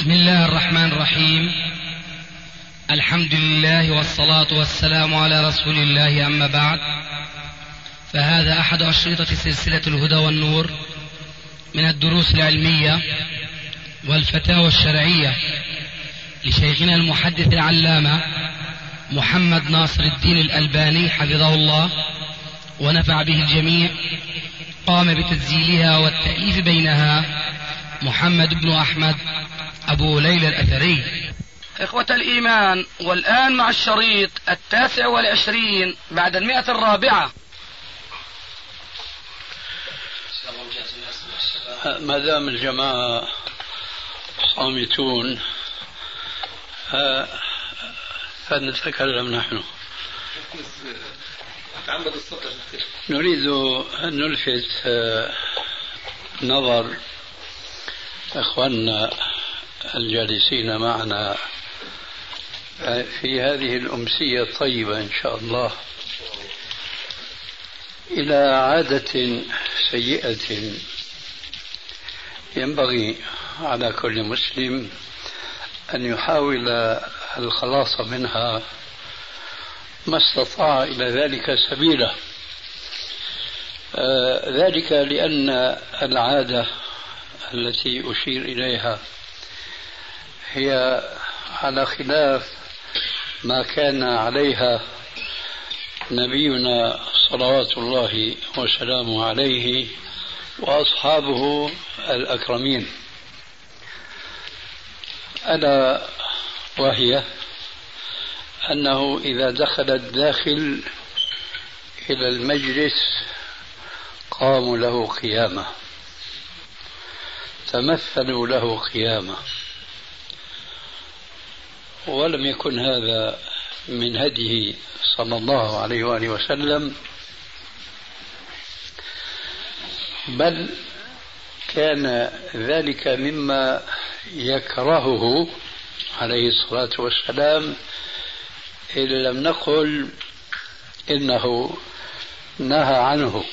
بسم الله الرحمن الرحيم. الحمد لله والصلاة والسلام على رسول الله، أما بعد، فهذا أحد أشرطة سلسلة الهدى والنور من الدروس العلمية والفتاوى الشرعية لشيخنا المحدث العلامة محمد ناصر الدين الألباني حفظه الله ونفع به الجميع. قام بتسجيلها والتأليف بينها محمد بن أحمد أبو ليلى الأثري. إخوة الإيمان، والآن مع الشريط 29 بعد 104. ما دام الجماعة صامتون فنتكلم نحن. نريد أن نلفت نظر إخواننا الجالسين معنا في هذه الأمسية الطيبة إن شاء الله إلى عادة سيئة ينبغي على كل مسلم أن يحاول الخلاص منها ما استطاع إلى ذلك سبيلا. ذلك لأن العادة التي أشير إليها هي على خلاف ما كان عليها نبينا صلوات الله وسلامه عليه وأصحابه الأكرمين، ألا وهي أنه إذا دخل الداخل إلى المجلس قاموا له قيامة، تمثلوا له قيامة، ولم يكن هذا من هديه صلى الله عليه وآله وسلم، بل كان ذلك مما يكرهه عليه الصلاة والسلام، إن لم نقل إنه نهى عنه.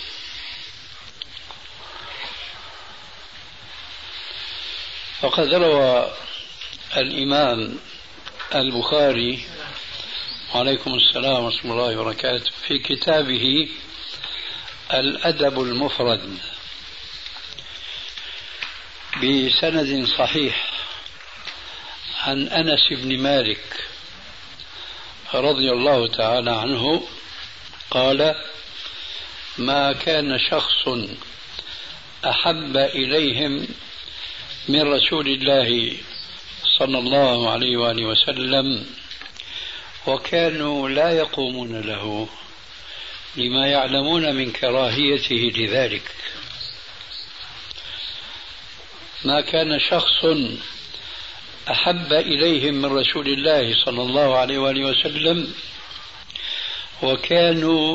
فقد روى الإمام البخاري وعليكم السلام ورحمة الله وبركاته في كتابه الأدب المفرد بسند صحيح عن أنس بن مالك رضي الله تعالى عنه قال: ما كان شخص أحب إليهم من رسول الله صلى الله عليه وآله وسلم وكانوا لا يقومون له لما يعلمون من كراهيته لذلك. ما كان شخص أحب إليهم من رسول الله صلى الله عليه وآله وسلم وكانوا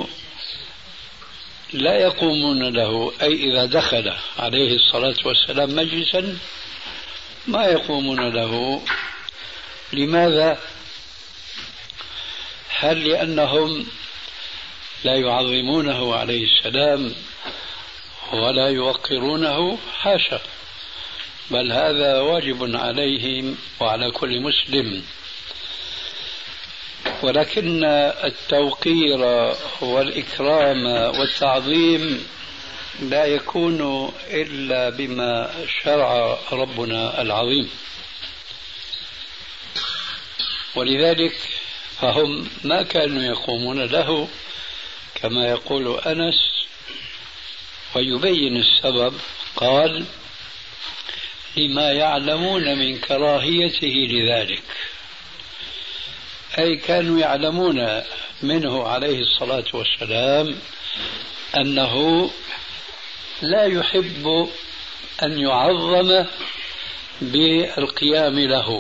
لا يقومون له، أي إذا دخل عليه الصلاة والسلام مجلسا ما يقومون له. لماذا؟ هل لأنهم لا يعظمونه عليه السلام ولا يوقرونه؟ حاشا، بل هذا واجب عليهم وعلى كل مسلم. ولكن التوقير والإكرام والتعظيم لا يكون إلا بما شرع ربنا العظيم، ولذلك فهم ما كانوا يقومون له كما يقول أنس، ويبين السبب قال: لما يعلمون من كراهيته لذلك، أي كانوا يعلمون منه عليه الصلاة والسلام أنه لا يحب أن يعظم بالقيام له.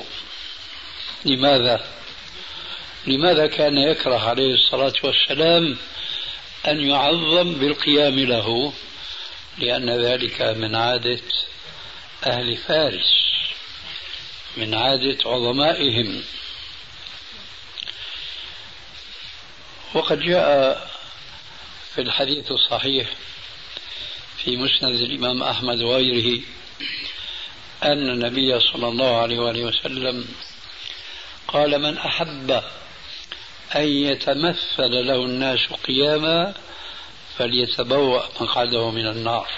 لماذا كان يكره عليه الصلاة والسلام أن يعظم بالقيام له؟ لأن ذلك من عادة أهل فارس، من عادة عظمائهم. وقد جاء في الحديث الصحيح في مسند الإمام أحمد وغيره أن النبي صلى الله عليه وآله وسلم قال: من أحب أن يتمثل له الناس قياما فليتبوأ مقعده من النار.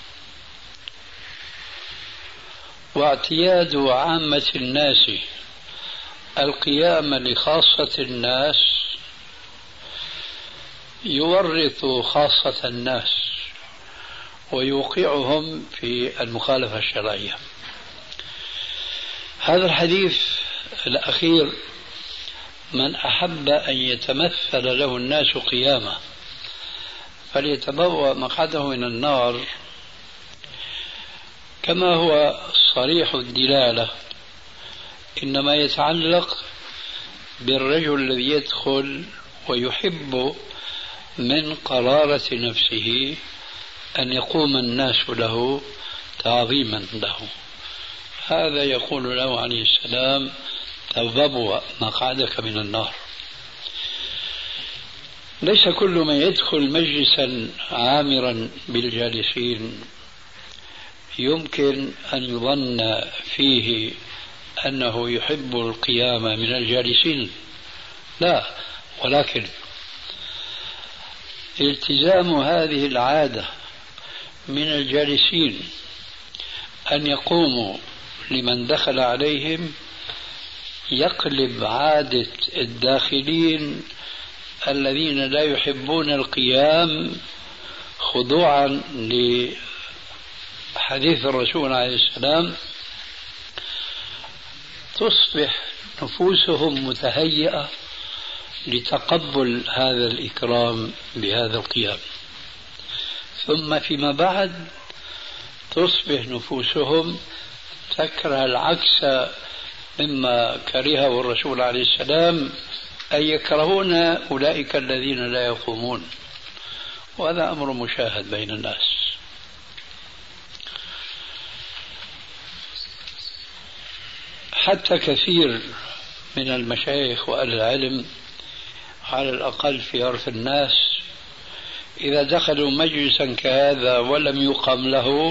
واعتياد عامة الناس القيام لخاصة الناس يورث خاصة الناس ويوقعهم في المخالفة الشرعية. هذا الحديث الأخير: من أحب أن يتمثل له الناس قياما فليتبوأ مقعده من النار، كما هو صريح الدلالة إنما يتعلق بالرجل الذي يدخل ويحب من قرارة نفسه أن يقوم الناس له تعظيما له. هذا يقول له عليه السلام: تبوأ مقعدك من النار. ليس كل من يدخل مجلسا عامرا بالجالسين يمكن أن يظن فيه أنه يحب القيام من الجالسين، لا، ولكن التزام هذه العادة من الجالسين أن يقوموا لمن دخل عليهم يقلب عادة الداخلين الذين لا يحبون القيام خضوعا لحديث الرسول عليه السلام، تصبح نفوسهم متهيئة لتقبل هذا الإكرام بهذا القيام، ثم فيما بعد تصبح نفوسهم تكره العكس مما كرهه الرسول عليه السلام، أي يكرهون أولئك الذين لا يقومون. وهذا أمر مشاهد بين الناس. حتى كثير من المشايخ وأهل العلم على الأقل في عرف الناس إذا دخلوا مجلسا كهذا ولم يقم له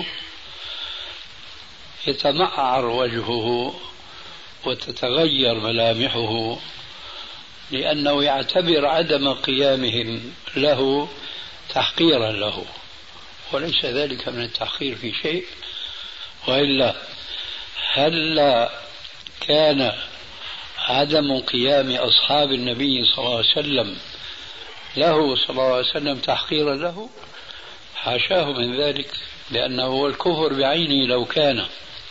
يتمعر وجهه وتتغير ملامحه، لأنه يعتبر عدم قيامهم له تحقيرا له، وليس ذلك من التحقير في شيء. وإلا هل كان عدم قيام أصحاب النبي صلى الله عليه وسلم له صلى الله عليه وسلم تحقيرا له؟ حاشاه من ذلك، لأنه هو الكفر بعينه لو كان.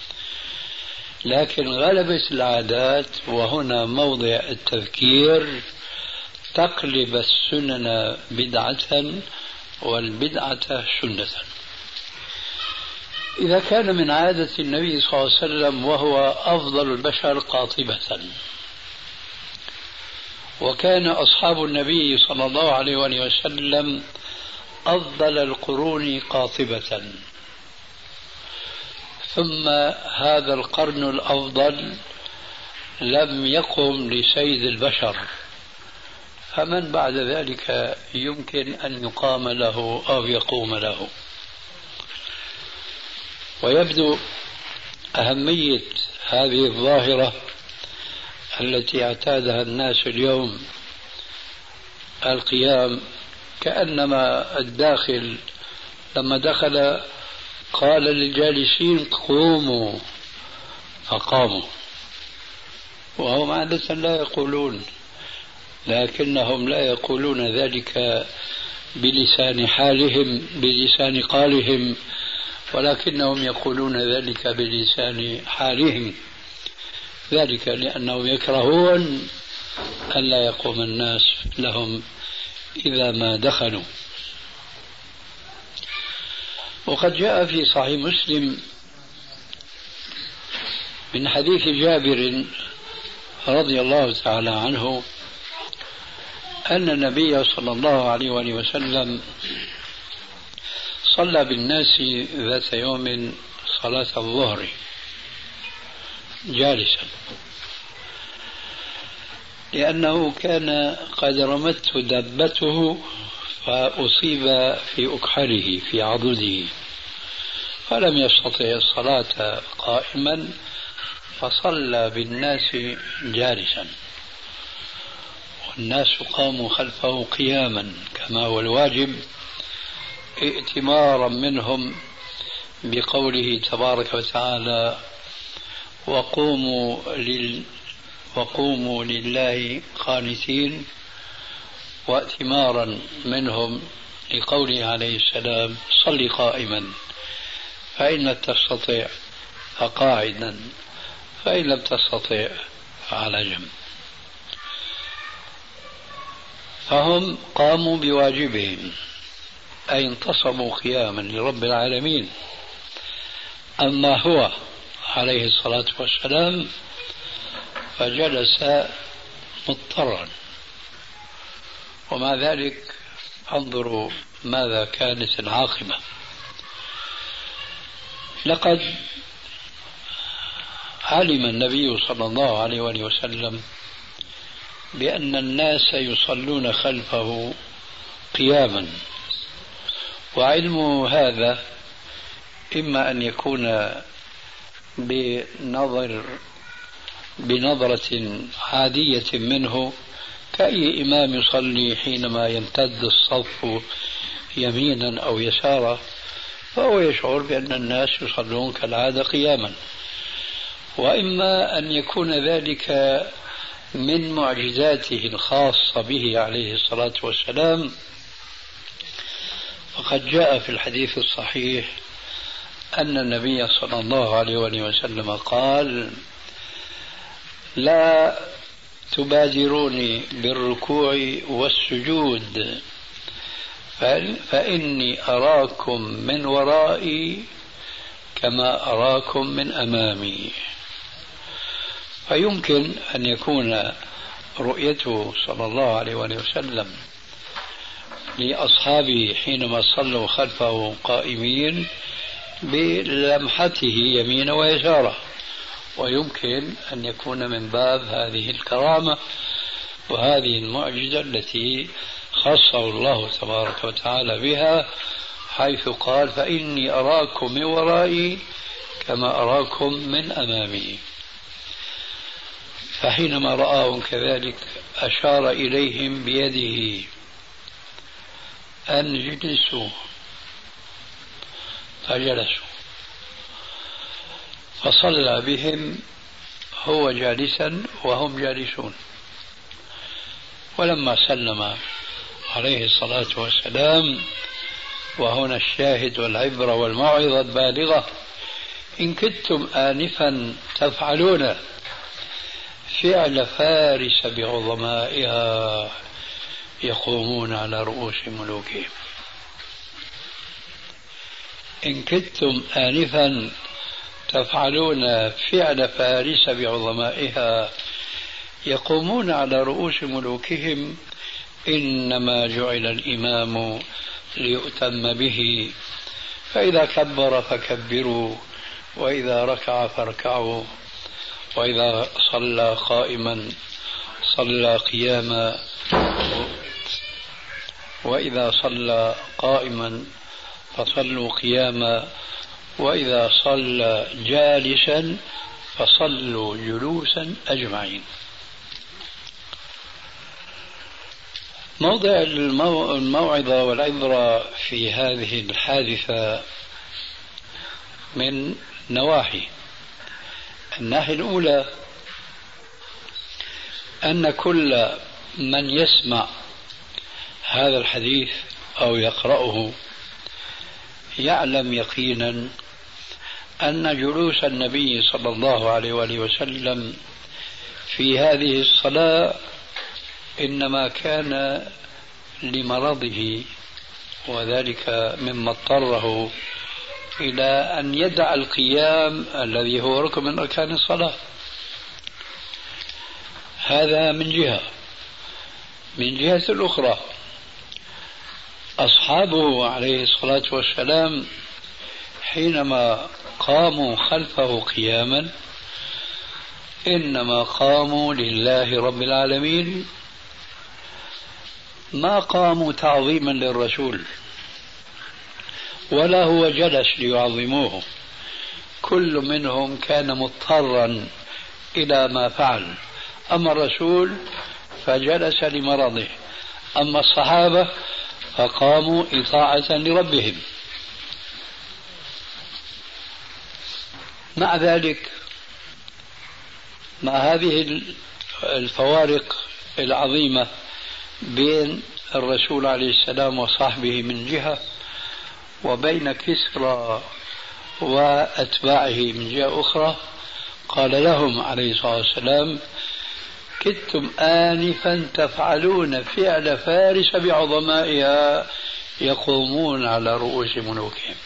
لكن غلبت العادات، وهنا موضع التذكير، تقلب السنن بدعة والبدعة سنة. إذا كان من عادة النبي صلى الله عليه وسلم وهو أفضل البشر قاطبة، وكان أصحاب النبي صلى الله عليه وسلم أفضل القرون قاطبة، ثم هذا القرن الأفضل لم يقم لسيد البشر، فمن بعد ذلك يمكن أن يقام له أو يقوم له؟ ويبدو أهمية هذه الظاهرة التي اعتادها الناس اليوم، القيام، كأنما الداخل لما دخل قال للجالسين قوموا فقاموا، وهم عادة لا يقولون، لكنهم لا يقولون ذلك بلسان حالهم بلسان قالهم، ولكنهم يقولون ذلك بلسان حالهم، ذلك لأنهم يكرهون أن لا يقوم الناس لهم إذا ما دخلوا. وقد جاء في صحيح مسلم من حديث جابر رضي الله تعالى عنه أن النبي صلى الله عليه وسلم صلى بالناس ذات يوم صلاة الظهر جالسا، لأنه كان قد رمته دابته فأصيب في أكحله في عضده، فلم يستطع الصلاة قائما فصلى بالناس جالسا، والناس قاموا خلفه قياما كما هو الواجب، ائتمارا منهم بقوله تبارك وتعالى: وقوموا لله قانتين، وائتمارا منهم لقوله عليه السلام: صل قائما فإن لم تستطع فقاعدا فإن لم تستطع فعلى جنب. فهم قاموا بواجبهم أي انتصبوا قياما لرب العالمين. أما هو عليه الصلاة والسلام فجلس مضطرا، ومع ذلك انظروا ماذا كانت العاقبة. لقد علم النبي صلى الله عليه وسلم بأن الناس يصلون خلفه قياما، وعلم هذا إما أن يكون بنظرة عادية منه كأي إمام يصلي حينما يمتد الصف يمينا أو يسارا، فهو يشعر بأن الناس يصلون كالعادة قياما، وإما أن يكون ذلك من معجزاته الخاصة به عليه الصلاة والسلام. فقد جاء في الحديث الصحيح أن النبي صلى الله عليه وسلم قال: لا تبادروني بالركوع والسجود فإني أراكم من ورائي كما أراكم من أمامي. فيمكن أن يكون رؤيته صلى الله عليه وسلم لأصحابه حينما صلوا خلفه قائمين بلمحته يمين ويساره، ويمكن أن يكون من باب هذه الكرامة وهذه المعجزة التي خصه الله تبارك وتعالى بها، حيث قال: فإني أراكم من ورائي كما أراكم من أمامي. فحينما رآهم كذلك أشار إليهم بيده أن يجلسوا، فجلسوا، فصلى بهم هو جالسا وهم جالسون. ولما سلم عليه الصلاة والسلام، وهنا الشاهد والعبرة والموعظة البالغة: إن كنتم آنفا تفعلون فعل فارس بعظمائها يقومون على رؤوس ملوكهم. إن كنتم آنفا تفعلون فعل فارس بعظمائها يقومون على رؤوس ملوكهم، إنما جعل الإمام ليؤتم به، فإذا كبر فكبروا، وإذا ركع فاركعوا، وإذا صلى قائما صلى قياما، وإذا صلى قائما فصلوا قياما، وإذا صلى جالسا فصلوا جلوسا أجمعين. موضع الموعظة والعبرة في هذه الحادثة من نواحي. الناحية الأولى أن كل من يسمع هذا الحديث أو يقرأه يعلم يقينا أن جلوس النبي صلى الله عليه وسلم في هذه الصلاة إنما كان لمرضه، وذلك مما اضطره إلى أن يدع القيام الذي هو ركن من أركان الصلاة. هذا من جهة. من جهة الأخرى أصحابه عليه الصلاة والسلام حينما قاموا خلفه قياما إنما قاموا لله رب العالمين، ما قاموا تعظيما للرسول ولا هو جلس ليعظموه، كل منهم كان مضطرا إلى ما فعل. أما الرسول فجلس لمرضه، أما الصحابة فقاموا إطاعة لربهم. مع ذلك، مع هذه الفوارق العظيمة بين الرسول عليه السلام وصحبه من جهة، وبين كسرى وأتباعه من جهة أخرى، قال لهم عليه الصلاة والسلام: كدتم آنفا تفعلون فعل فارس بعظمائها يقومون على رؤوس ملوكهم.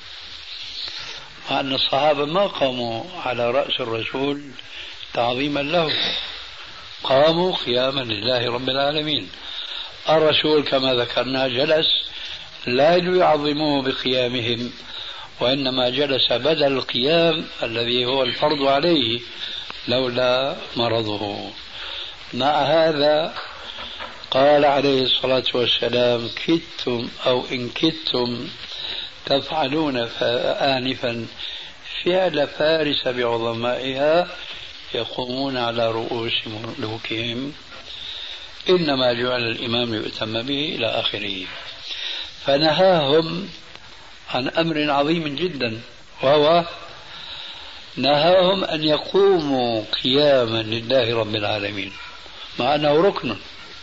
مع أن الصحابة ما قاموا على رأس الرسول تعظيما له، قاموا قياما لله رب العالمين. الرسول كما ذكرنا جلس لا ليعظموه بقيامهم، وإنما جلس بدل القيام الذي هو الفرض عليه لولا مرضه. مع هذا قال عليه الصلاة والسلام: كدتم أو إن كدتم تفعلون آنفا فعل فارس بعظمائها يقومون على رؤوس ملوكهم، إنما جعل الإمام يؤتم به إلى آخره. فنهاهم عن أمر عظيم جدا، وهو نهاهم أن يقوموا قياما لله رب العالمين مع أنه ركن،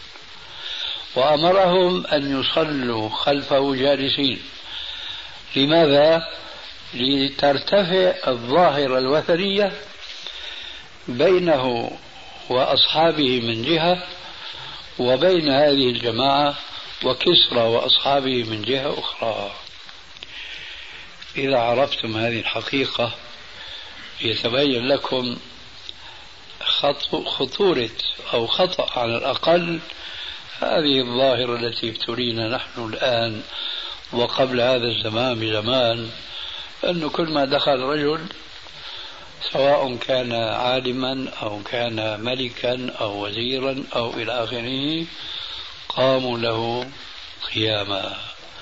وأمرهم أن يصلوا خلفه جالسين. لماذا؟ لترتفع الظاهرة الوثنية بينه وأصحابه من جهة، وبين هذه الجماعة وكسرى وأصحابه من جهة أخرى. إذا عرفتم هذه الحقيقة يتبين لكم خطورة أو خطأ على الأقل هذه الظاهرة التي ابتلينا نحن الآن وقبل هذا الزمان بزمان، أنه كل ما دخل رجل سواء كان عالما أو كان ملكا أو وزيرا أو إلى آخره قاموا له قياما.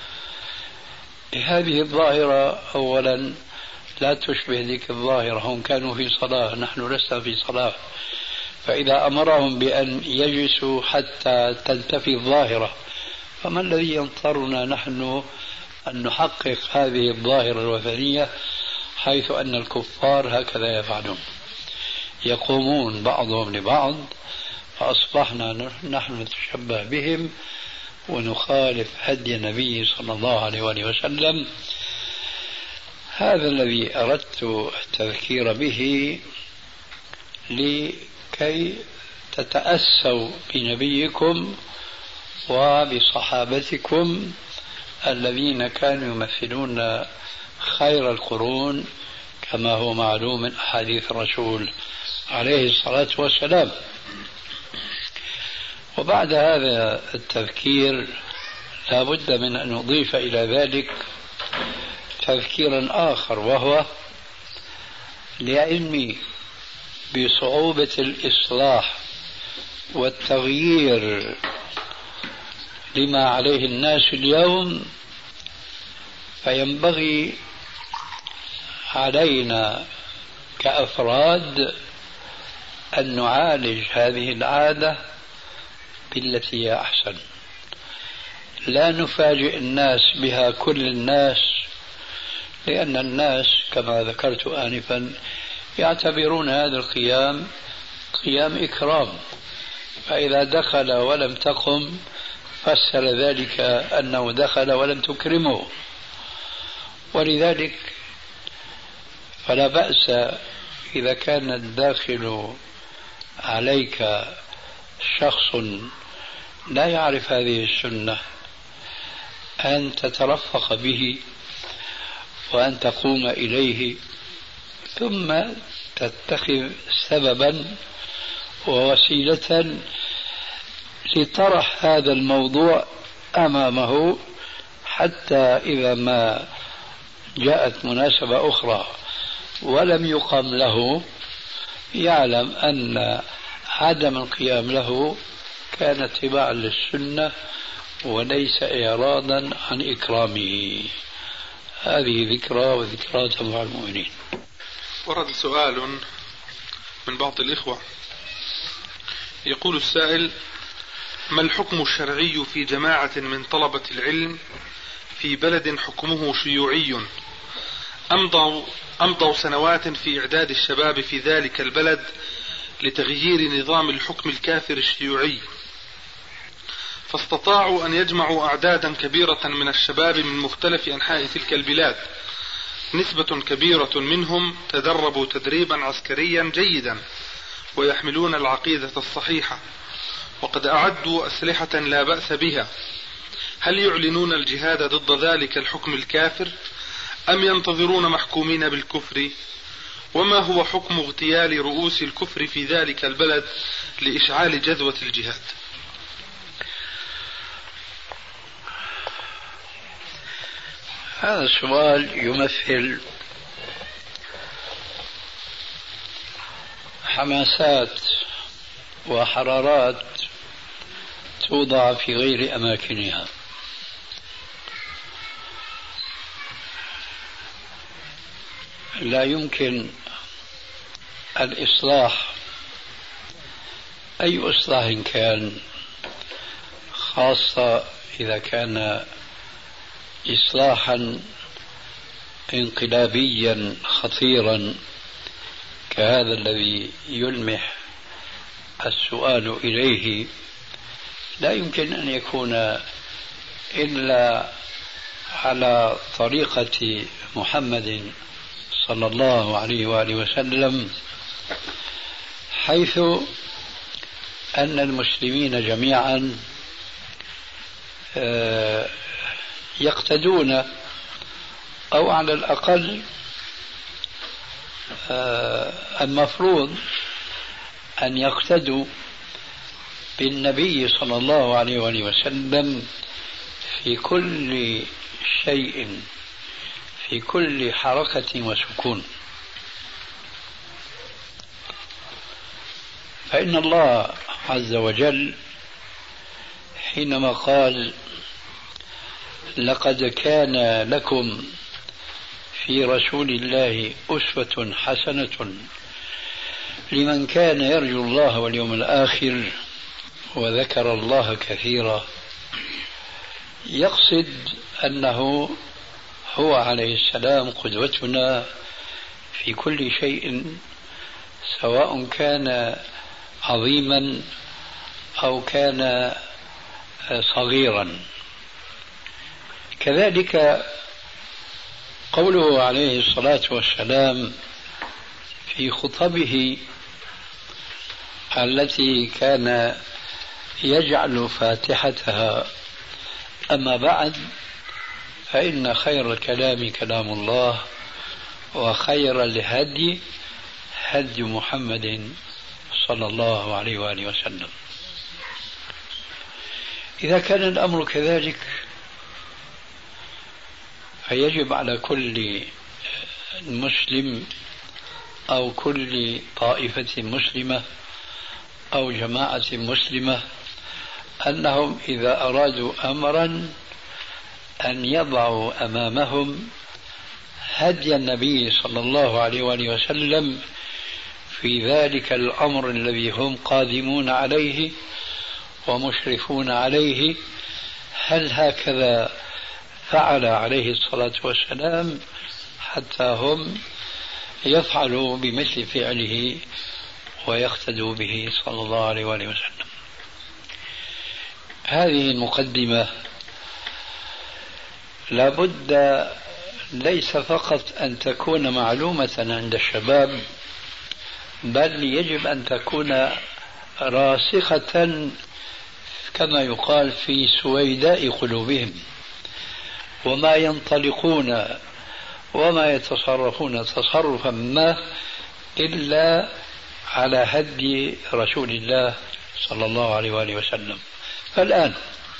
هذه الظاهرة أولا لا تشبه ذيك الظاهرة، هم كانوا في صلاة، نحن لسنا في صلاة. فإذا أمرهم بأن يجلسوا حتى تنتفي الظاهرة، فما الذي ينطرنا نحن أن نحقق هذه الظاهرة الوثنية، حيث أن الكفار هكذا يفعلون، يقومون بعضهم لبعض، فأصبحنا نحن نتشبه بهم ونخالف هدي النبي صلى الله عليه وآله وسلم. هذا الذي أردت التذكير به لكي تتأسوا بنبيكم وبصحابتكم الذين كانوا يمثلون خير القرون كما هو معلوم من أحاديث الرسول عليه الصلاة والسلام. وبعد هذا التذكير لا بد من أن نضيف إلى ذلك تذكيرا آخر، وهو لعلمي بصعوبة الإصلاح والتغيير لما عليه الناس اليوم، فينبغي علينا كأفراد أن نعالج هذه العادة بالتي هي أحسن. لا نفاجئ الناس بها كل الناس، لأن الناس كما ذكرت آنفا يعتبرون هذا القيام قيام إكرام، فإذا دخل ولم تقم فسر ذلك أنه دخل ولم تكرمه. ولذلك فلا بأس إذا كان الداخل عليك شخص لا يعرف هذه السنة أن تترفق به وأن تقوم إليه، ثم تتخذ سببا ووسيلة لطرح هذا الموضوع أمامه، حتى إذا ما جاءت مناسبة أخرى ولم يقم له يعلم أن عدم القيام له كان اتباعا للسنة وليس إعراضا عن إكرامه. هذه ذكرى وذكرى تنفع المؤمنين. ورد سؤال من بعض الإخوة يقول السائل: ما الحكم الشرعي في جماعة من طلبة العلم في بلد حكمه شيوعي أمضوا سنوات في إعداد الشباب في ذلك البلد لتغيير نظام الحكم الكافر الشيوعي، فاستطاعوا أن يجمعوا أعدادا كبيرة من الشباب من مختلف أنحاء تلك البلاد، نسبة كبيرة منهم تدربوا تدريبا عسكريا جيدا ويحملون العقيدة الصحيحة وقد أعدوا أسلحة لا بأس بها، هل يعلنون الجهاد ضد ذلك الحكم الكافر أم ينتظرون محكومين بالكفر؟ وما هو حكم اغتيال رؤوس الكفر في ذلك البلد لإشعال جذوة الجهاد؟ هذا السؤال يمثل حماسات وحرارات توضع في غير أماكنها. لا يمكن الإصلاح، أي إصلاح كان، خاصة إذا كان إصلاحا انقلابيا خطيرا كهذا الذي يلمح السؤال إليه، لا يمكن أن يكون إلا على طريقة محمد صلى الله عليه وآله وسلم، حيث أن المسلمين جميعا يقتدون أو على الأقل المفروض أن يقتدوا بالنبي صلى الله عليه وآله وسلم في كل شيء، في كل حركة وسكون. فإن الله عز وجل حينما قال: لقد كان لكم في رسول الله أسوة حسنة لمن كان يرجو الله واليوم الآخر وذكر الله كثيرا، يقصد أنه هو عليه السلام قدوتنا في كل شيء، سواء كان عظيما أو كان صغيرا. كذلك قوله عليه الصلاة والسلام في خطبه التي كان يجعل فاتحتها: أما بعد فإن خير الكلام كلام الله وخير الهدي هدي محمد صلى الله عليه وآله وسلم. إذا كان الأمر كذلك فيجب على كل مسلم أو كل طائفة مسلمة أو جماعة مسلمة أنهم إذا أرادوا أمرا أن يضعوا أمامهم هدي النبي صلى الله عليه وآله وسلم في ذلك الأمر الذي هم قادمون عليه ومشرفون عليه. هل هكذا فعل عليه الصلاة والسلام حتى هم يفعلوا بمثل فعله ويقتدوا به صلى الله عليه وآله وسلم؟ هذه المقدمة لابد ليس فقط أن تكون معلومة عند الشباب، بل يجب أن تكون راسخة كما يقال في سويداء قلوبهم، وما ينطلقون وما يتصرفون تصرفا ما إلا على هدي رسول الله صلى الله عليه وآله وسلم. فالآن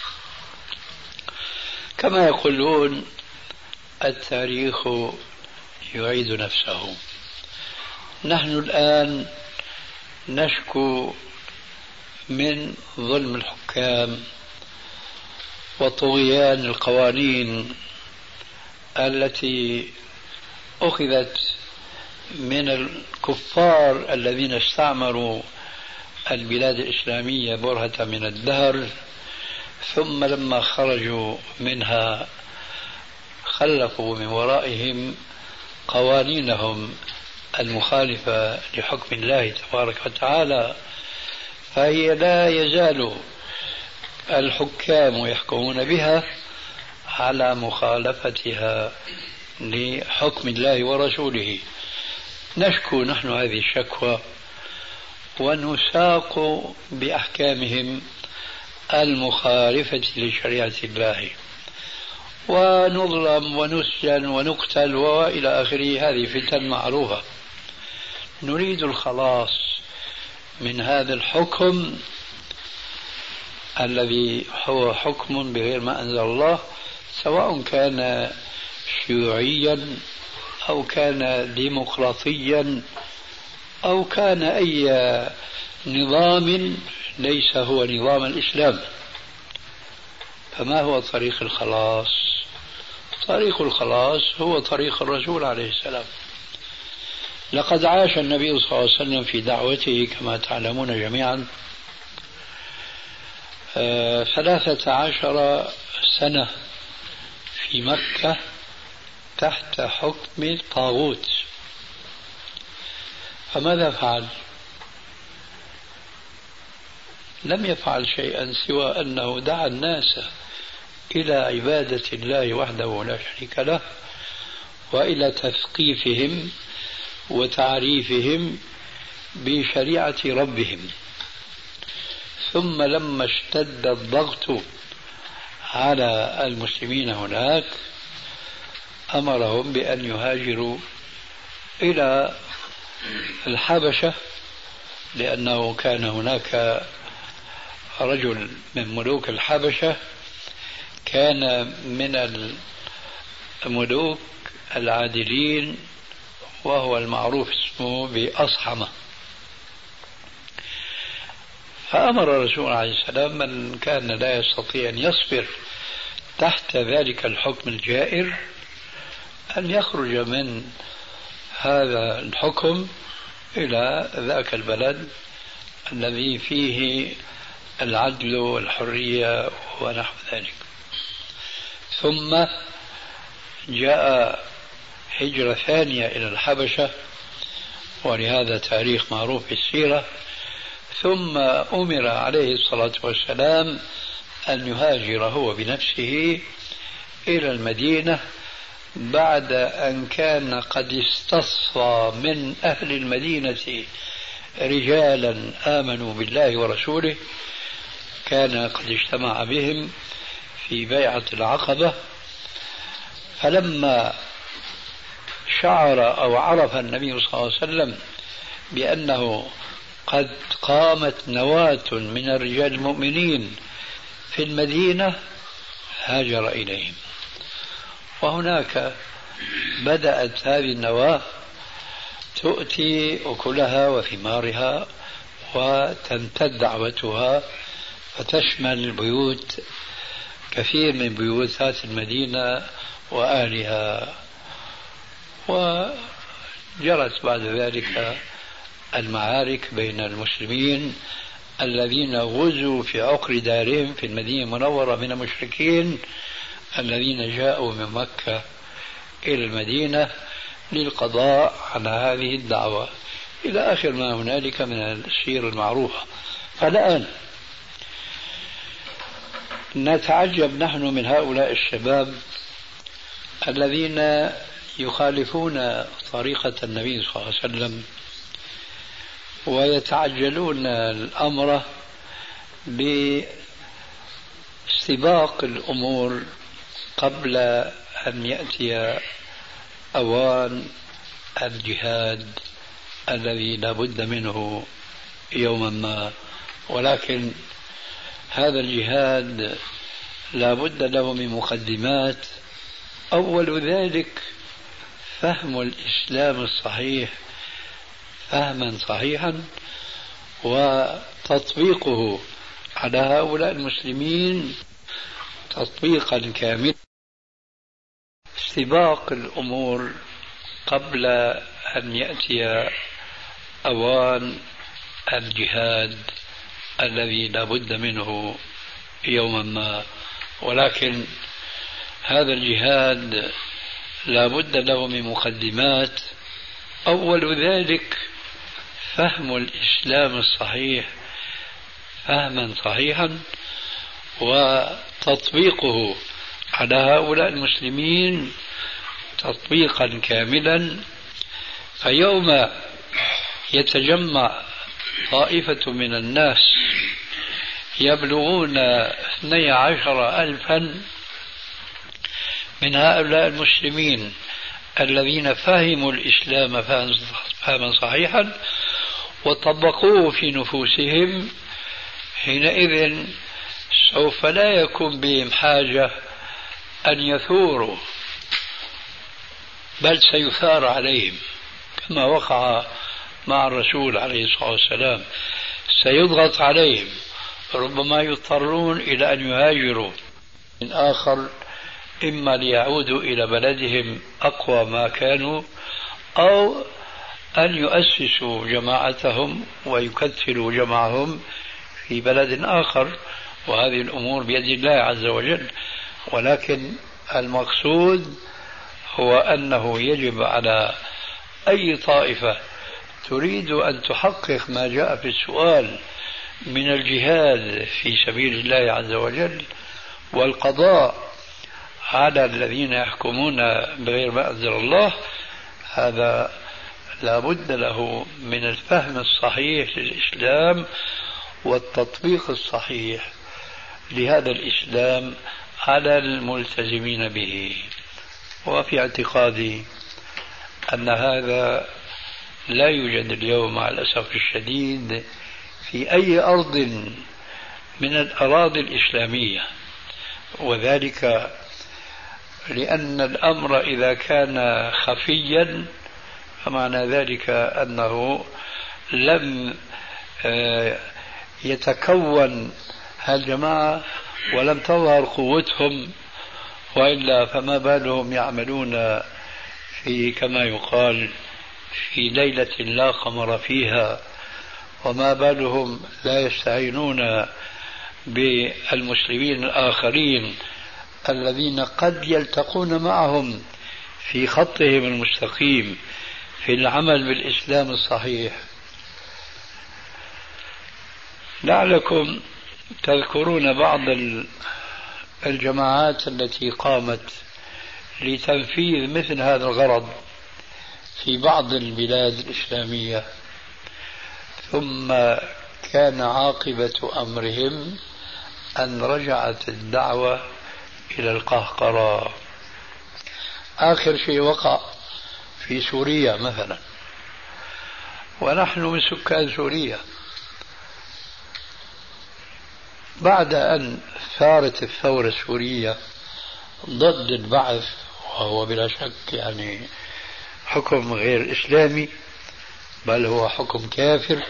كما يقولون التاريخ يعيد نفسه. نحن الآن نشكو من ظلم الحكام وطغيان القوانين التي أخذت من الكفار الذين استعمروا البلاد الإسلامية برهة من الدهر، ثم لما خرجوا منها خلفوا من ورائهم قوانينهم المخالفة لحكم الله تبارك وتعالى، فهي لا يزال الحكام يحكمون بها على مخالفتها لحكم الله ورسوله. نشكو نحن هذه الشكوى ونساق بأحكامهم المخالفة لشريعة الله، ونظلم ونسجن ونقتل وإلى آخره. هذه فتن معروفة. نريد الخلاص من هذا الحكم الذي هو حكم بغير ما أنزل الله، سواء كان شيوعيا أو كان ديمقراطيا أو كان أي نظام ليس هو نظام الإسلام. فما هو طريق الخلاص؟ طريق الخلاص هو طريق الرسول عليه السلام. لقد عاش النبي صلى الله عليه وسلم في دعوته كما تعلمون جميعا 13 سنة في مكة تحت حكم الطاغوت. فماذا فعل؟ لم يفعل شيئا سوى أنه دعا الناس إلى عبادة الله وحده لا شريك له، وإلى تثقيفهم وتعريفهم بشريعة ربهم. ثم لما اشتد الضغط على المسلمين هناك أمرهم بأن يهاجروا إلى الحبشة، لأنه كان هناك رجل من ملوك الحبشة كان من الملوك العادلين، وهو المعروف اسمه بأصحمة. فأمر الرسول عليه السلام من كان لا يستطيع أن يصبر تحت ذلك الحكم الجائر أن يخرج من هذا الحكم إلى ذاك البلد الذي فيه العدل والحرية ونحو ذلك. ثم جاء هجرة ثانية إلى الحبشة، ولهذا تاريخ معروف في السيرة. ثم أمر عليه الصلاة والسلام أن يهاجر هو بنفسه إلى المدينة بعد أن كان قد استصفى من أهل المدينة رجالا آمنوا بالله ورسوله، كان قد اجتمع بهم في بيعة العقبة. فلما شعر أو عرف النبي صلى الله عليه وسلم بأنه قد قامت نواة من الرجال المؤمنين في المدينة هاجر إليهم. وهناك بدأت هذه النواة تؤتي أكلها وثمارها وتمتد دعوتها فتشمل البيوت، كثير من بيوتات المدينة وأهلها. وجرت بعد ذلك المعارك بين المسلمين الذين غزوا في عقر دارهم في المدينة المنورة من المشركين الذين جاءوا من مكة إلى المدينة للقضاء على هذه الدعوة، إلى آخر ما هنالك من السير المعروفة. فالآن نتعجب نحن من هؤلاء الشباب الذين يخالفون طريقة النبي صلى الله عليه وسلم ويتعجلون الأمر باستباق الأمور قبل أن يأتي أوان الجهاد الذي لا بد منه يوما ما. ولكن هذا الجهاد لا بد له من مقدمات، أول ذلك فهم الإسلام الصحيح فهما صحيحا وتطبيقه على هؤلاء المسلمين تطبيقا كاملا. استباق الأمور قبل أن يأتي أوان الجهاد الذي لا بد منه يوما ما. ولكن هذا الجهاد لا بد له من مقدمات، أول ذلك فهم الإسلام الصحيح فهما صحيحا وتطبيقه على هؤلاء المسلمين تطبيقا كاملا. فيوم يتجمع طائفة من الناس يبلغون 12,000 من هؤلاء المسلمين الذين فهموا الإسلام فهما صحيحا وطبقوه في نفوسهم، حينئذ سوف لا يكون بهم حاجة أن يثوروا، بل سيثار عليهم كما وقع مع الرسول عليه الصلاة والسلام. سيضغط عليهم، ربما يضطرون إلى أن يهاجروا من آخر، إما ليعودوا إلى بلدهم أقوى ما كانوا، أو أن يؤسسوا جماعتهم ويكثروا جمعهم في بلد آخر، وهذه الأمور بيد الله عز وجل. ولكن المقصود هو أنه يجب على أي طائفة تريد أن تحقق ما جاء في السؤال من الجهاد في سبيل الله عز وجل والقضاء على الذين يحكمون بغير ما أنزل الله، هذا لا بد له من الفهم الصحيح للإسلام والتطبيق الصحيح لهذا الإسلام على الملتزمين به. وفي اعتقادي أن هذا لا يوجد اليوم مع الأسف الشديد في أي أرض من الأراضي الإسلامية، وذلك لأن الأمر إذا كان خفيا فمعنى ذلك أنه لم يتكون هالجماعة ولم تظهر قوتهم، وإلا فما بالهم يعملون في كما يقال في ليلة لا قمر فيها، وما بالهم لا يستعينون بالمسلمين الآخرين الذين قد يلتقون معهم في خطهم المستقيم في العمل بالإسلام الصحيح. لعلكم تذكرون بعض الجماعات التي قامت لتنفيذ مثل هذا الغرض في بعض البلاد الإسلامية، ثم كان عاقبة أمرهم أن رجعت الدعوة إلى القهقرة. آخر شيء وقع في سوريا مثلا، ونحن من سكان سوريا. بعد أن ثارت الثورة السورية ضد البعث، وهو بلا شك يعني حكم غير إسلامي بل هو حكم كافر،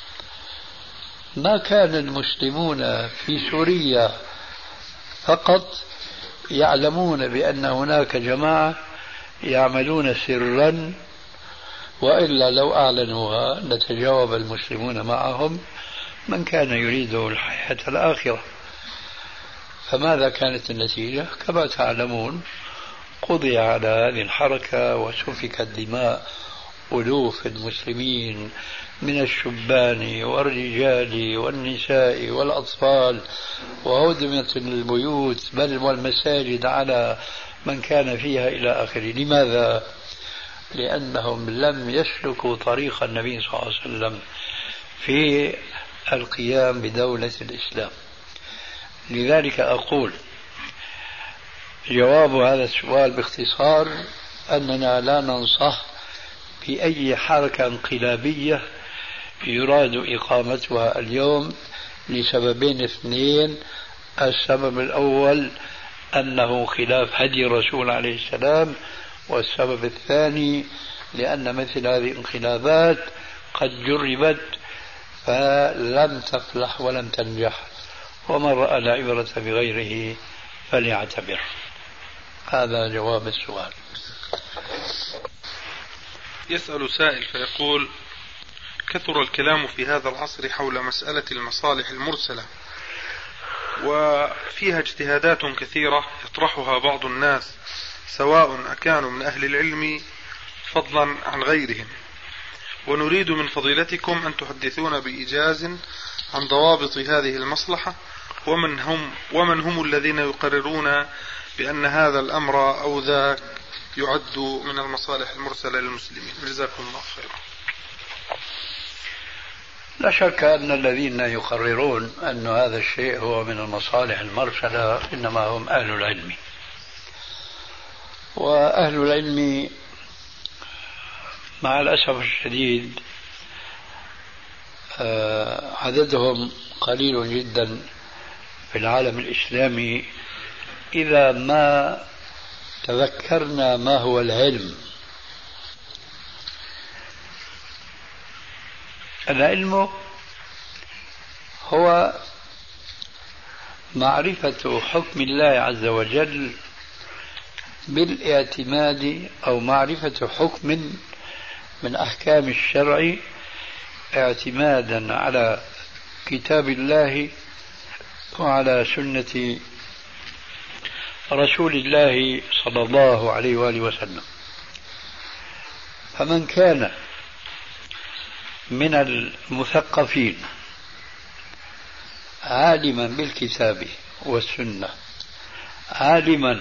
ما كان المسلمون في سوريا فقط يعلمون بأن هناك جماعة يعملون سرا، وإلا لو أعلنوها لتجاوب المسلمون معهم من كان يريد الحياة الآخرة. فماذا كانت النتيجة؟ كما تعلمون قضي على هذه الحركة وسفكت دماء ألوف المسلمين من الشبان والرجال والنساء والأطفال، وهدمت البيوت بل والمساجد على من كان فيها إلى آخره. لماذا؟ لأنهم لم يسلكوا طريق النبي صلى الله عليه وسلم في القيام بدولة الإسلام. لذلك أقول جواب هذا السؤال باختصار أننا لا ننصح بأي حركة انقلابية يراد إقامتها اليوم لسببين اثنين. السبب الأول أنه خلاف هدي الرسول عليه السلام، والسبب الثاني لأن مثل هذه الانقلابات قد جربت فلم تفلح ولم تنجح، ومن رأى العبرة بغيره فليعتبر. هذا جواب السؤال. يسأل سائل فيقول: كثر الكلام في هذا العصر حول مسألة المصالح المرسلة، وفيها اجتهادات كثيرة يطرحها بعض الناس سواء أكانوا من أهل العلم فضلا عن غيرهم، ونريد من فضيلتكم أن تحدثونا بإيجاز عن ضوابط هذه المصلحة، ومن هم الذين يقررون بأن هذا الأمر أو ذاك يعد من المصالح المرسلة للمسلمين. جزاكم الله خيرا. لا شك أن الذين يقررون أن هذا الشيء هو من المصالح المرسلة إنما هم أهل العلم، وأهل العلم مع الأسف الشديد عددهم قليل جدا في العالم الإسلامي إذا ما تذكرنا ما هو العلم. العلم هو معرفة حكم الله عز وجل بالاعتماد، أو معرفة حكم من أحكام الشرع اعتمادا على كتاب الله وعلى سنة رسول الله صلى الله عليه وآله وسلم. فمن كان من المثقفين عالما بالكتاب والسنة، عالما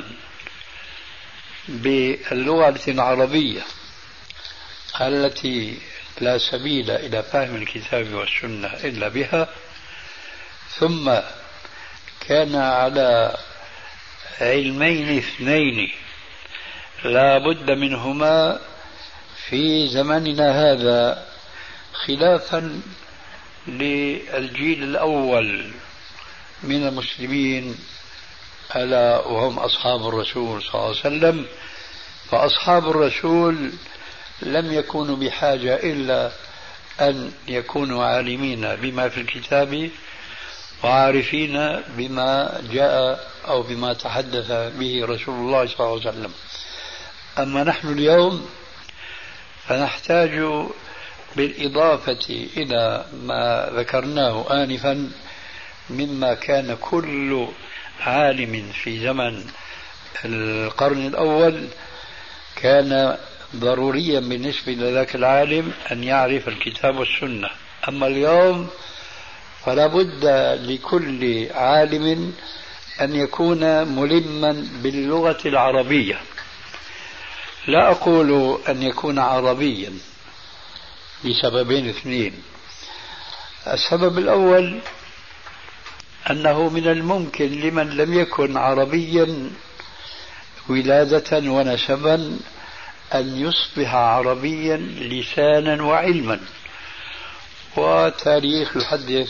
باللغة العربية التي لا سبيل إلى فهم الكتاب والسنة إلا بها، ثم كان على علمين اثنين لا بد منهما في زمننا هذا، خلافا للجيل الأول من المسلمين ألا وهم أصحاب الرسول صلى الله عليه وسلم. فأصحاب الرسول لم يكونوا بحاجة إلا أن يكونوا عالمين بما في الكتاب وعارفين بما جاء أو بما تحدث به رسول الله صلى الله عليه وسلم. أما نحن اليوم فنحتاج بالإضافة إلى ما ذكرناه آنفا مما كان كل عالم في زمن القرن الأول كان ضروريا بالنسبة لذاك العالم أن يعرف الكتاب والسنة. أما اليوم فلا بد لكل عالم أن يكون ملما باللغة العربية. لا أقول أن يكون عربيا لسببين اثنين. السبب الأول أنه من الممكن لمن لم يكن عربيا ولادة ونسبا أن يصبح عربيا لسانا وعلما، وتاريخ يحدث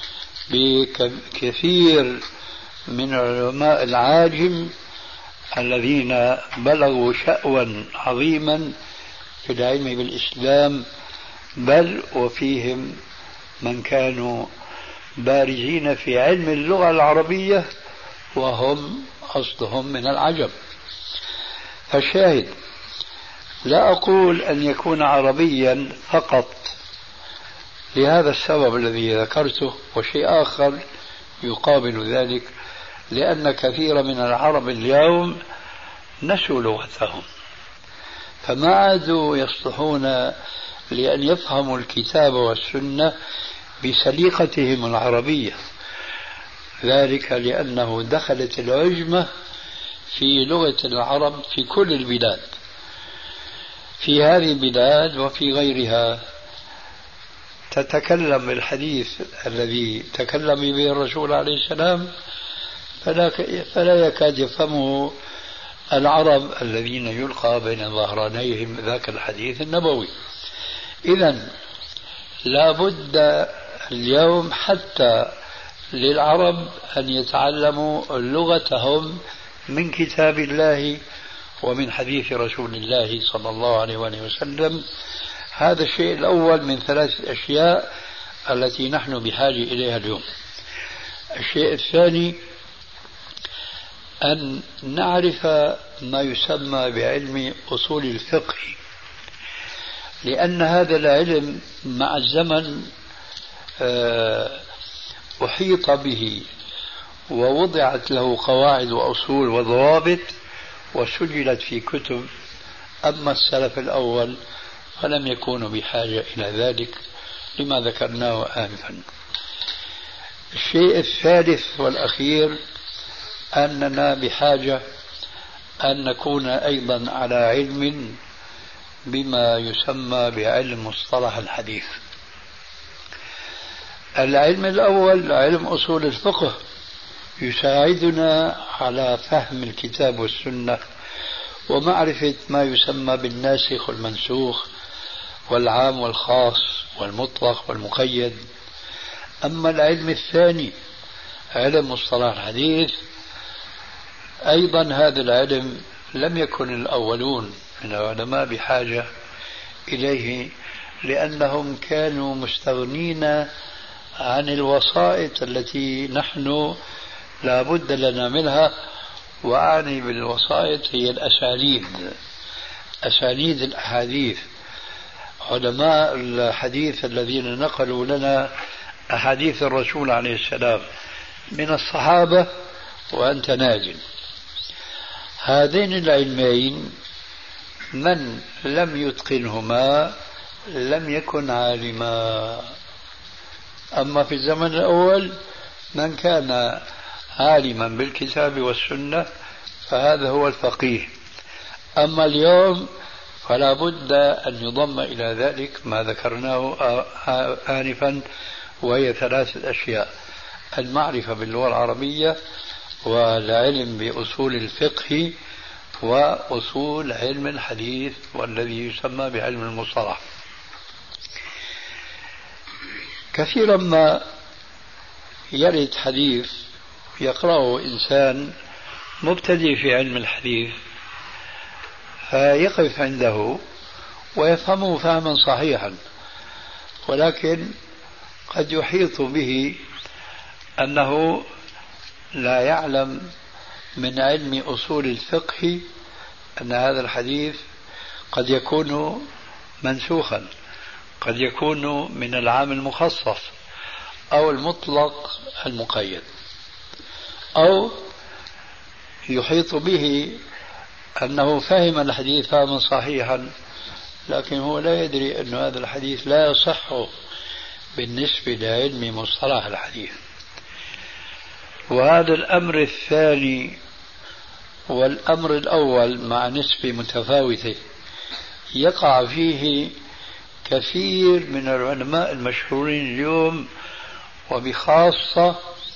بكثير من علماء العاجم الذين بلغوا شأوا عظيما في العلم بالإسلام، بل وفيهم من كانوا بارزين في علم اللغة العربية وهم أصلهم من العجم. فالشاهد لا أقول أن يكون عربيا فقط لهذا السبب الذي ذكرته، وشيء آخر يقابل ذلك، لأن كثير من العرب اليوم نسوا لغتهم فما عادوا يصلحون لأن يفهموا الكتاب والسنة بسليقتهم العربية، ذلك لأنه دخلت العجمة في لغة العرب في كل البلاد، في هذه البلاد وفي غيرها تتكلم بالحديث الذي تكلم به الرسول عليه السلام فلا يكاد يفهمه العرب الذين يلقى بين ظهرانيهم ذاك الحديث النبوي. إذن لا بد اليوم حتى للعرب أن يتعلموا لغتهم من كتاب الله ومن حديث رسول الله صلى الله عليه وسلم. هذا الشيء الأول من ثلاث أشياء التي نحن بحاجة إليها اليوم. الشيء الثاني أن نعرف ما يسمى بعلم أصول الفقه، لأن هذا العلم مع الزمن أحيط به ووضعت له قواعد وأصول وضوابط وسجلت في كتب. أما السلف الأول فلم يكونوا بحاجة إلى ذلك لما ذكرناه آنفا. الشيء الثالث والأخير أننا بحاجة أن نكون أيضا على علم بما يسمى بعلم مصطلح الحديث. العلم الأول علم أصول الفقه يساعدنا على فهم الكتاب والسنة ومعرفة ما يسمى بالناسخ والمنسوخ والعام والخاص والمطلق والمقيد. أما العلم الثاني علم مصطلح الحديث، أيضا هذا العلم لم يكن الأولون من العلماء بحاجة إليه، لأنهم كانوا مستغنين عن الوسائط التي نحن لا بد لنا منها. وأعني بالوسائط هي الأسانيد، أسانيد الأحاديث. علماء الحديث الذين نقلوا لنا أحاديث الرسول عليه السلام من الصحابة وأنت ناجل، هذين العلمين من لم يتقنهما لم يكن عالما. أما في الزمن الأول من كان عالما بالكتاب والسنة فهذا هو الفقيه. أما اليوم فلا بد أن يضم إلى ذلك ما ذكرناه آنفا، وهي ثلاثة أشياء: المعرفة باللغة العربية، والعلم بأصول الفقه، وأصول علم الحديث والذي يسمى بعلم المصطلح. كثيرا ما يرد حديث يقرأه إنسان مبتدئ في علم الحديث فيقف عنده ويفهمه فهما صحيحا، ولكن قد يحيط به أنه لا يعلم من علم أصول الفقه أن هذا الحديث قد يكون منسوخا، قد يكون من العام المخصص أو المطلق المقيد، أو يحيط به أنه فهم الحديث فهما صحيحا لكن هو لا يدري أن هذا الحديث لا يصح بالنسبة لعلم مصطلح الحديث. وهذا الأمر الثاني والأمر الأول مع نسبة متفاوتة يقع فيه كثير من العلماء المشهورين اليوم، وبخاصة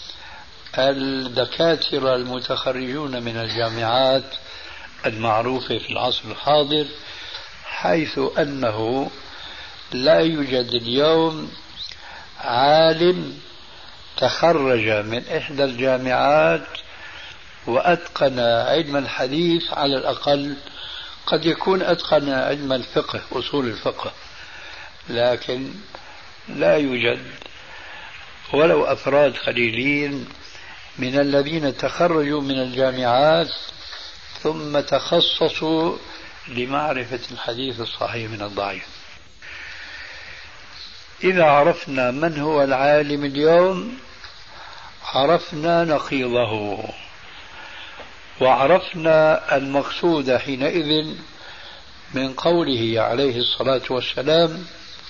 الدكاترة المتخرجون من الجامعات المعروفة في العصر الحاضر، حيث أنه لا يوجد اليوم عالم تخرج من إحدى الجامعات وأتقن علم الحديث، على الأقل قد يكون أتقن علم الفقه أصول الفقه، لكن لا يوجد ولو أفراد قليلين من الذين تخرجوا من الجامعات ثم تخصصوا لمعرفة الحديث الصحيح من الضعيف. إذا عرفنا من هو العالم اليوم عرفنا نقيضه، وعرفنا المقصود حينئذ من قوله عليه الصلاة والسلام: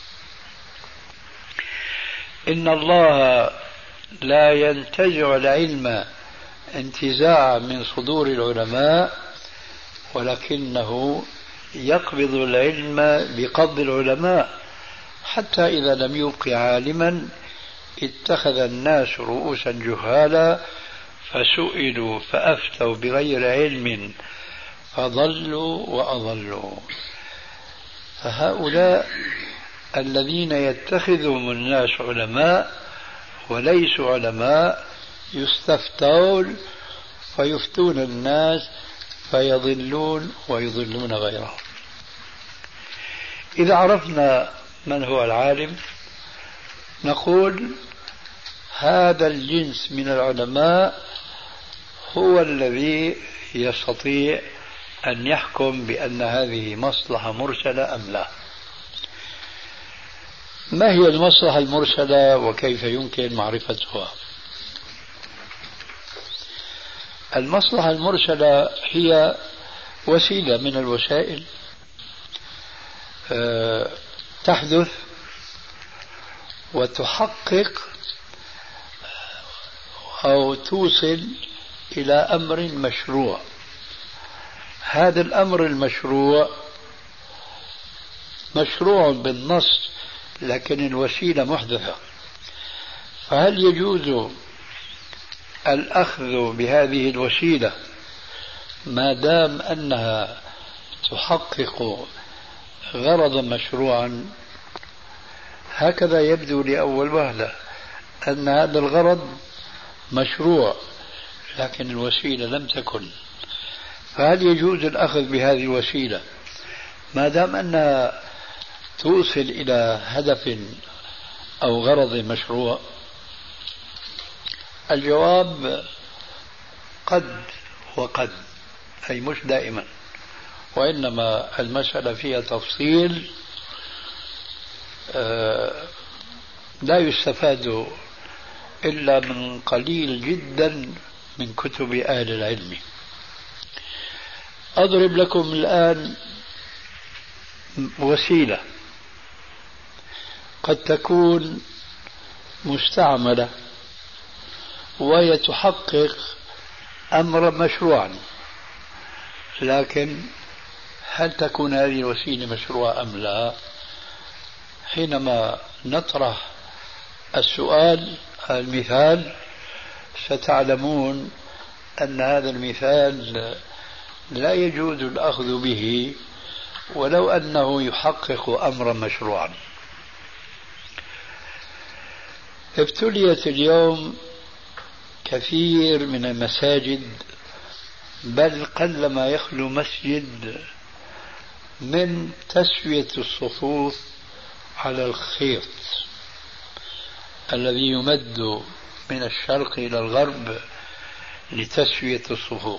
إن الله لا ينتزع العلم انتزاعا من صدور العلماء ولكنه يقبض العلم بقبض العلماء، حتى إذا لم يبق عالما اتخذ الناس رؤوسا جهالا فسئلوا فأفتوا بغير علم فضلوا وأضلوا. فهؤلاء الذين يتخذهم الناس علماء وليسوا علماء يستفتون فيفتون الناس فيضلون ويضلون غيرهم. إذا عرفنا من هو العالم نقول هذا الجنس من العلماء هو الذي يستطيع أن يحكم بأن هذه مصلحة مرسلة أم لا. ما هي المصلحة المرسلة وكيف يمكن معرفتها؟ المصلحة المرسلة هي وسيلة من الوسائل تحدث وتحقق أو توصل إلى أمر مشروع. هذا الأمر المشروع مشروع بالنص، لكن الوسيلة محدثة. فهل يجوز الأخذ بهذه الوسيلة ما دام أنها تحقق غرضا مشروعا؟ هكذا يبدو لأول وهلة أن هذا الغرض مشروع لكن الوسيلة لم تكن. فهل يجوز الأخذ بهذه الوسيلة ما دام أنها توصل إلى هدف أو غرض مشروع؟ الجواب قد وقد، أي مش دائما، وإنما المسألة فيها تفصيل لا يستفاد إلا من قليل جدا من كتب أهل العلم. أضرب لكم الآن وسيلة قد تكون مستعملة وهي تحقق أمرا مشروعا، لكن هل تكون هذه الوسيلة مشروعة أم لا؟ حينما نطرح السؤال المثال ستعلمون أن هذا المثال لا يجوز الأخذ به ولو أنه يحقق أمرا مشروعا. ابتليت اليوم كثير من المساجد، بل قلما يخلو مسجد، من تسوية الصفوف على الخيط الذي يمد من الشرق إلى الغرب لتسوية الصفوف.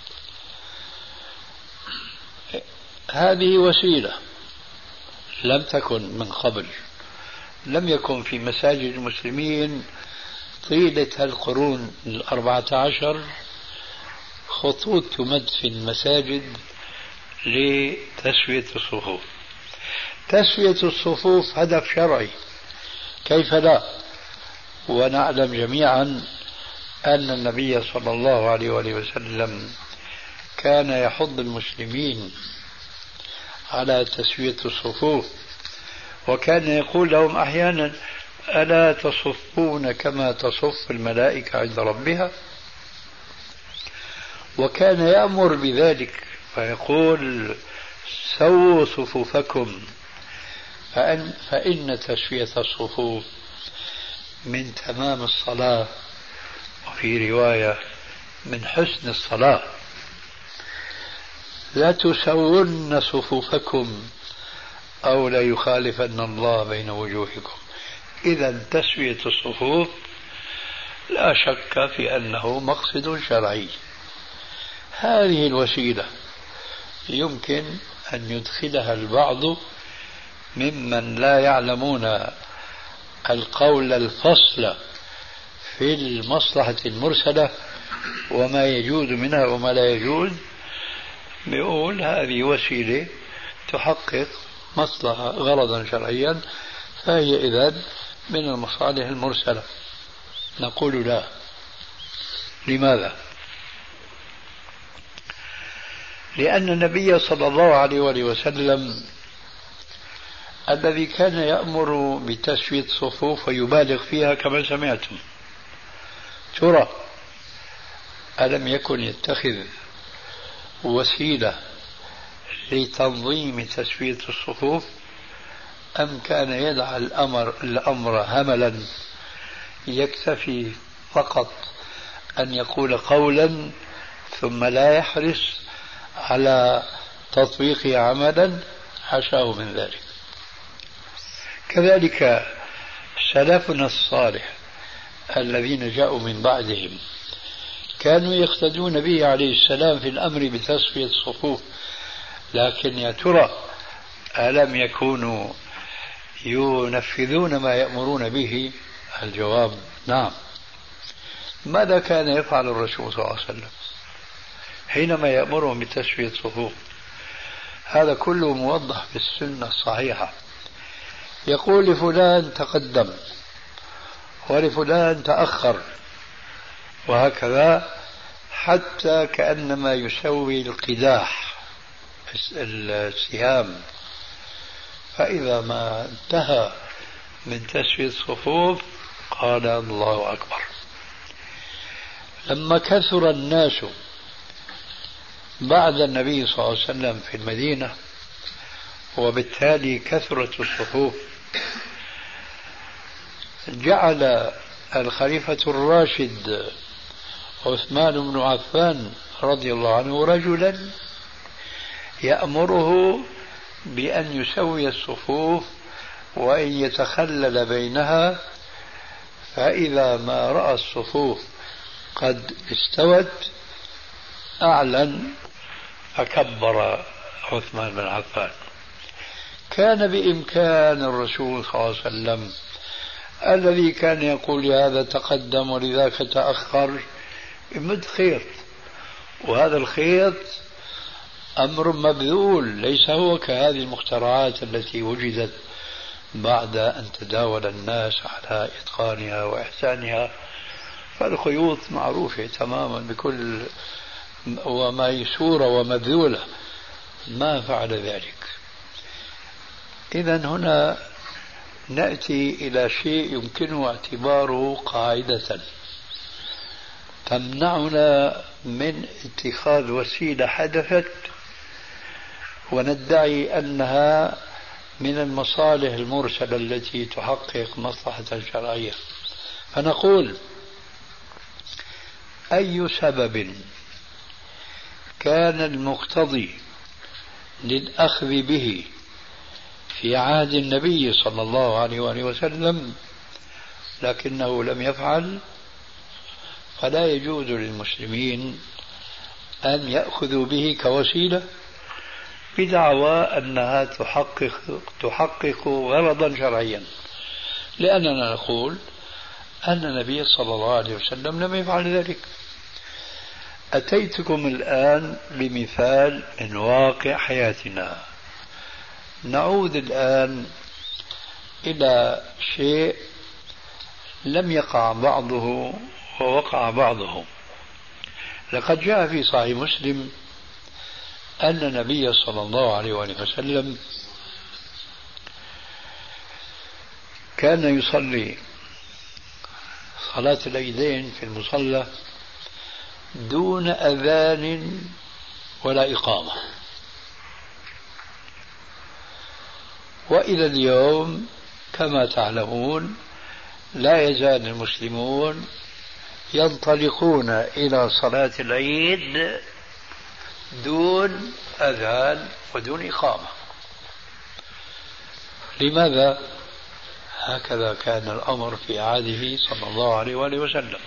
هذه وسيلة لم تكن من قبل، لم يكن في مساجد المسلمين طيلة القرون 14 خطوط تمد في المساجد لتسوية الصفوف. تسوية الصفوف هدف شرعي، كيف لا؟ ونعلم جميعا أن النبي صلى الله عليه وسلم كان يحض المسلمين على تسوية الصفوف، وكان يقول لهم أحيانا: ألا تصفون كما تصف الملائكة عند ربها؟ وكان يأمر بذلك فيقول: سووا صفوفكم فإن تسوية الصفوف من تمام الصلاة، وفي رواية من حسن الصلاة. لا تسون صفوفكم أو لا يخالفن الله بين وجوهكم. إذا تسوية الصفوف لا شك في أنه مقصد شرعي. هذه الوسيلة يمكن أن يدخلها البعض ممن لا يعلمون القول الفصل في المصلحة المرسلة وما يجوز منها وما لا يجوز، بيقول هذه وسيلة تحقق مصلحة غرضا شرعيا فهي إذن من المصالح المرسلة. نقول لا. لماذا؟ لأن النبي صلى الله عليه وسلم الذي كان يأمر بتسوية الصفوف ويبالغ فيها كما سمعتم، ترى ألم يكن يتخذ وسيلة لتنظيم تسوية الصفوف، أم كان يدع الأمر هملا يكتفي فقط أن يقول قولا ثم لا يحرص على تطبيقه عملا؟ حاشاه من ذلك. كذلك سلفنا الصالح الذين جاءوا من بعدهم كانوا يقتدون به عليه السلام في الأمر بتصفية الصفوف، لكن يا ترى ألم يكونوا ينفذون ما يأمرون به؟ الجواب نعم. ماذا كان يفعل الرسول صلى الله عليه وسلم حينما يأمرهم بتسوية الصفوف؟ هذا كله موضح في السنة الصحيحة. يقول لفلان تقدم ولفلان تأخر، وهكذا حتى كأنما يسوي القداح السهام. فإذا ما انتهى من تسوية الصفوف قال الله أكبر. لما كثر الناس بعد النبي صلى الله عليه وسلم في المدينة وبالتالي كثرة الصفوف، جعل الخليفة الراشد عثمان بن عفان رضي الله عنه رجلا يأمره بأن يسوي الصفوف وأن يتخلل بينها، فإذا ما رأى الصفوف قد استوت أعلن فكبر عثمان بن عفان. كان بإمكان الرسول صلى الله عليه وسلم الذي كان يقول لهذا تقدم ولذاك تأخر يمد خيط، وهذا الخيط أمر مبذول، ليس هو كهذه المخترعات التي وجدت بعد أن تداول الناس على إتقانها وإحسانها. فالخيوط معروفة تماما بكل وميسورة ومبذولة، ما فعل ذلك. إذن هنا نأتي إلى شيء يمكنه اعتباره قاعدة تمنعنا من اتخاذ وسيلة حدثت وندعي أنها من المصالح المرسلة التي تحقق مصلحة شرعية. فنقول: أي سبب كان المقتضي للأخذ به في عهد النبي صلى الله عليه وآله وسلم لكنه لم يفعل، فلا يجوز للمسلمين أن يأخذوا به كوسيلة بدعوى أنها تحقق غرضا شرعيا، لأننا نقول أن النبي صلى الله عليه وسلم لم يفعل ذلك. أتيتكم الآن بمثال من واقع حياتنا. نعود الآن إلى شيء لم يقع بعضه ووقع بعضه. لقد جاء في صحيح مسلم أن النبي صلى الله عليه وسلم كان يصلي صلاة العيدين في المصلى دون أذان ولا إقامة. وإلى اليوم كما تعلمون لا يزال المسلمون ينطلقون إلى صلاة العيد دون أذان ودون إقامة. لماذا؟ هكذا كان الأمر في عهده صلى الله عليه وآله وسلم.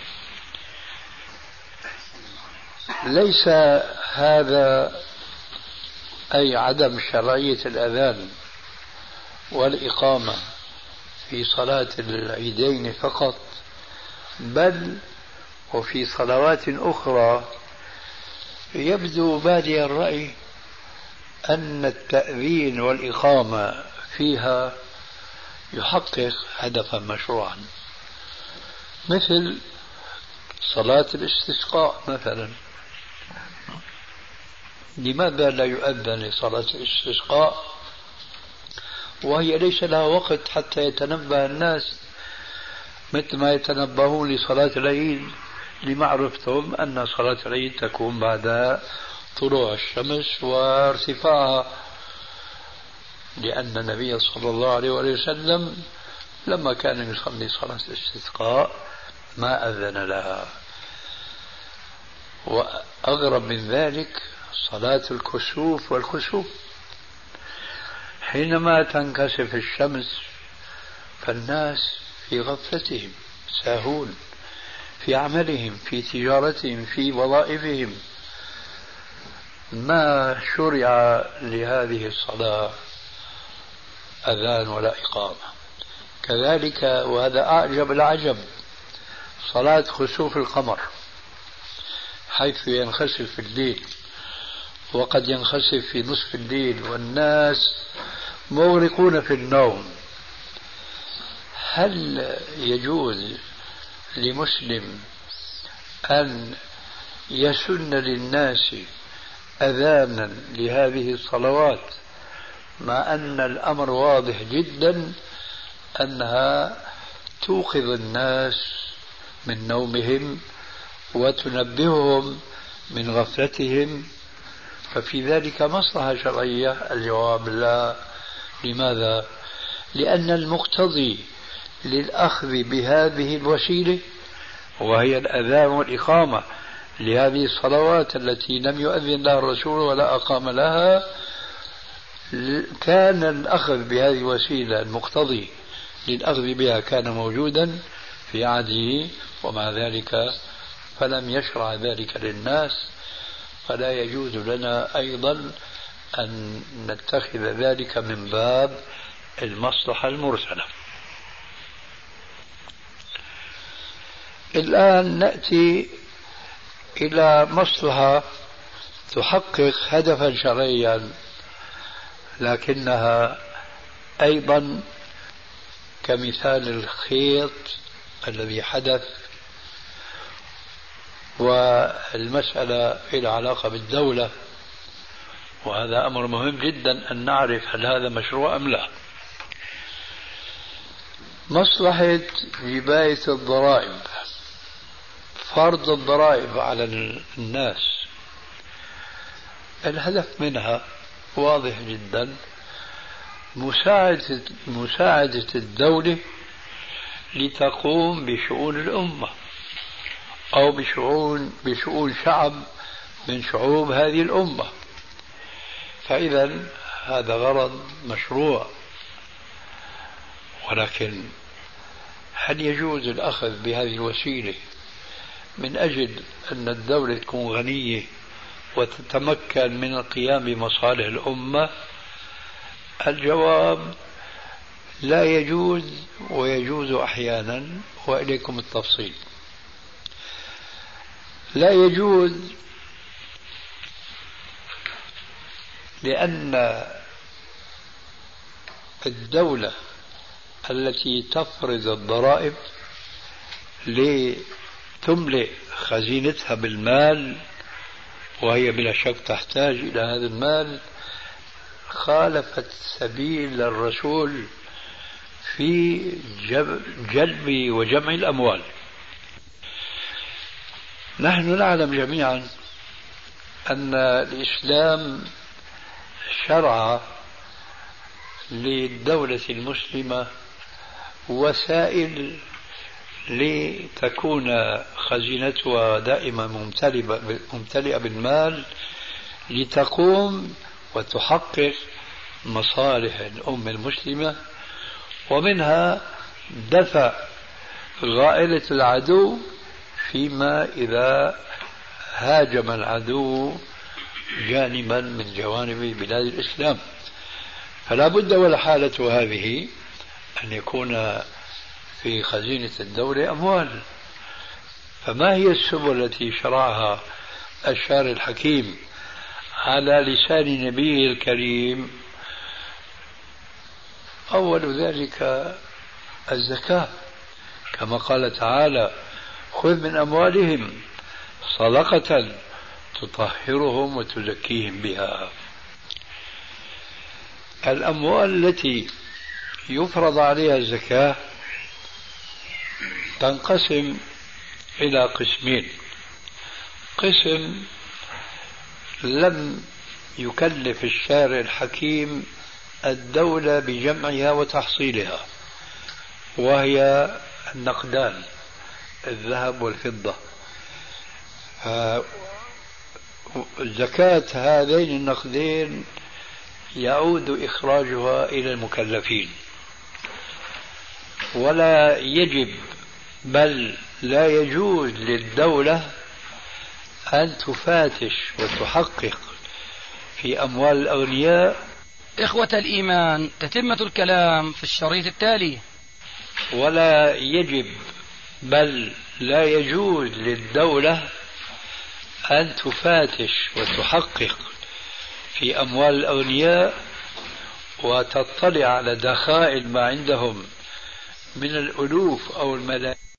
ليس هذا أي عدم شرعية الأذان والإقامة في صلاة العيدين فقط، بل وفي صلوات أخرى يبدو بادي الرأي أن التأذين والإقامة فيها يحقق هدفا مشروعا، مثل صلاة الاستسقاء مثلا. لماذا لا يؤذن لصلاة الاستسقاء وهي ليس لها وقت حتى يتنبه الناس مثل ما يتنبهون لصلاة العيد لمعرفتهم أن صلاة العيد تكون بعد طلوع الشمس وارتفاعها؟ لأن النبي صلى الله عليه وسلم لما كان يصلي صلاة الاستسقاء ما أذن لها. وأغرب من ذلك صلاة الكسوف والخسوف، حينما تنكسف الشمس فالناس في غفلتهم ساهون في عملهم، في تجارتهم، في وظائفهم، ما شرع لهذه الصلاة أذان ولا إقامة. كذلك وهذا أعجب العجب صلاة خسوف القمر، حيث ينخسف في الليل، وقد ينخسف في نصف الليل والناس مغرقون في النوم. هل يجوز لمسلم أن يسن للناس أذانا لهذه الصلوات مع أن الأمر واضح جدا أنها توقظ الناس من نومهم وتنبههم من غفلتهم، ففي ذلك مصلحة شرعية؟ الجواب لا. لماذا؟ لأن المقتضي للأخذ بهذه الوسيلة وهي الأذان والإقامة لهذه الصلوات التي لم يؤذن لها الرسول ولا أقام لها، كان الأخذ بهذه الوسيلة المقتضي للأخذ بها كان موجودا في عهده، ومع ذلك فلم يشرع ذلك للناس، فلا يجوز لنا أيضا أن نتخذ ذلك من باب المصلحة المرسلة. الآن نأتي إلى مصلحة تحقق هدفا شرعيا، لكنها أيضا كمثال الخيط الذي حدث، والمسألة إلى علاقة بالدولة، وهذا أمر مهم جدا أن نعرف هل هذا مشروع أم لا. مصلحة جباية الضرائب، فرض الضرائب على الناس، الهدف منها واضح جدا، مساعدة الدولة لتقوم بشؤون الأمة أو بشؤون شعب من شعوب هذه الأمة. فإذا هذا غرض مشروع، ولكن هل يجوز الأخذ بهذه الوسيلة من أجل أن الدولة تكون غنية وتتمكن من القيام بمصالح الأمة؟ الجواب لا يجوز، ويجوز أحيانا، وإليكم التفصيل. لا يجوز لأن الدولة التي تفرض الضرائب لتملئ خزينتها بالمال، وهي بلا شك تحتاج إلى هذا المال، خالفت سبيل الرسول في جلب وجمع الأموال. نحن نعلم جميعا أن الإسلام شرع للدولة المسلمة وسائل لتكون خزينتها دائما ممتلئة بالمال، لتقوم وتحقق مصالح الأمة المسلمة، ومنها دفع غائلة العدو فيما إذا هاجم العدو جانبا من جوانب بلاد الإسلام. فلا بد والحالة هذه أن يكون في خزينة الدولة أموال. فما هي السبل التي شرعها الشارع الحكيم على لسان نبيه الكريم؟ أول ذلك الزكاة، كما قال تعالى: خذ من أموالهم صدقة تطهرهم وتزكيهم بها. الأموال التي يفرض عليها الزكاة تنقسم إلى قسمين: قسم لم يكلف الشارع الحكيم الدولة بجمعها وتحصيلها، وهي النقدان، الذهب والفضة. زكاة هذين النقدين يعود إخراجها إلى المكلفين، ولا يجب بل لا يجوز للدولة أن تفتش وتحقق في أموال الأغنياء. إخوة الإيمان، تتمة الكلام في الشريط التالي. ولا يجب بل لا يجوز للدولة أن تفتش وتحقق في أموال الأغنياء وتطلع على دخائل ما عندهم من الألوف أو الملايين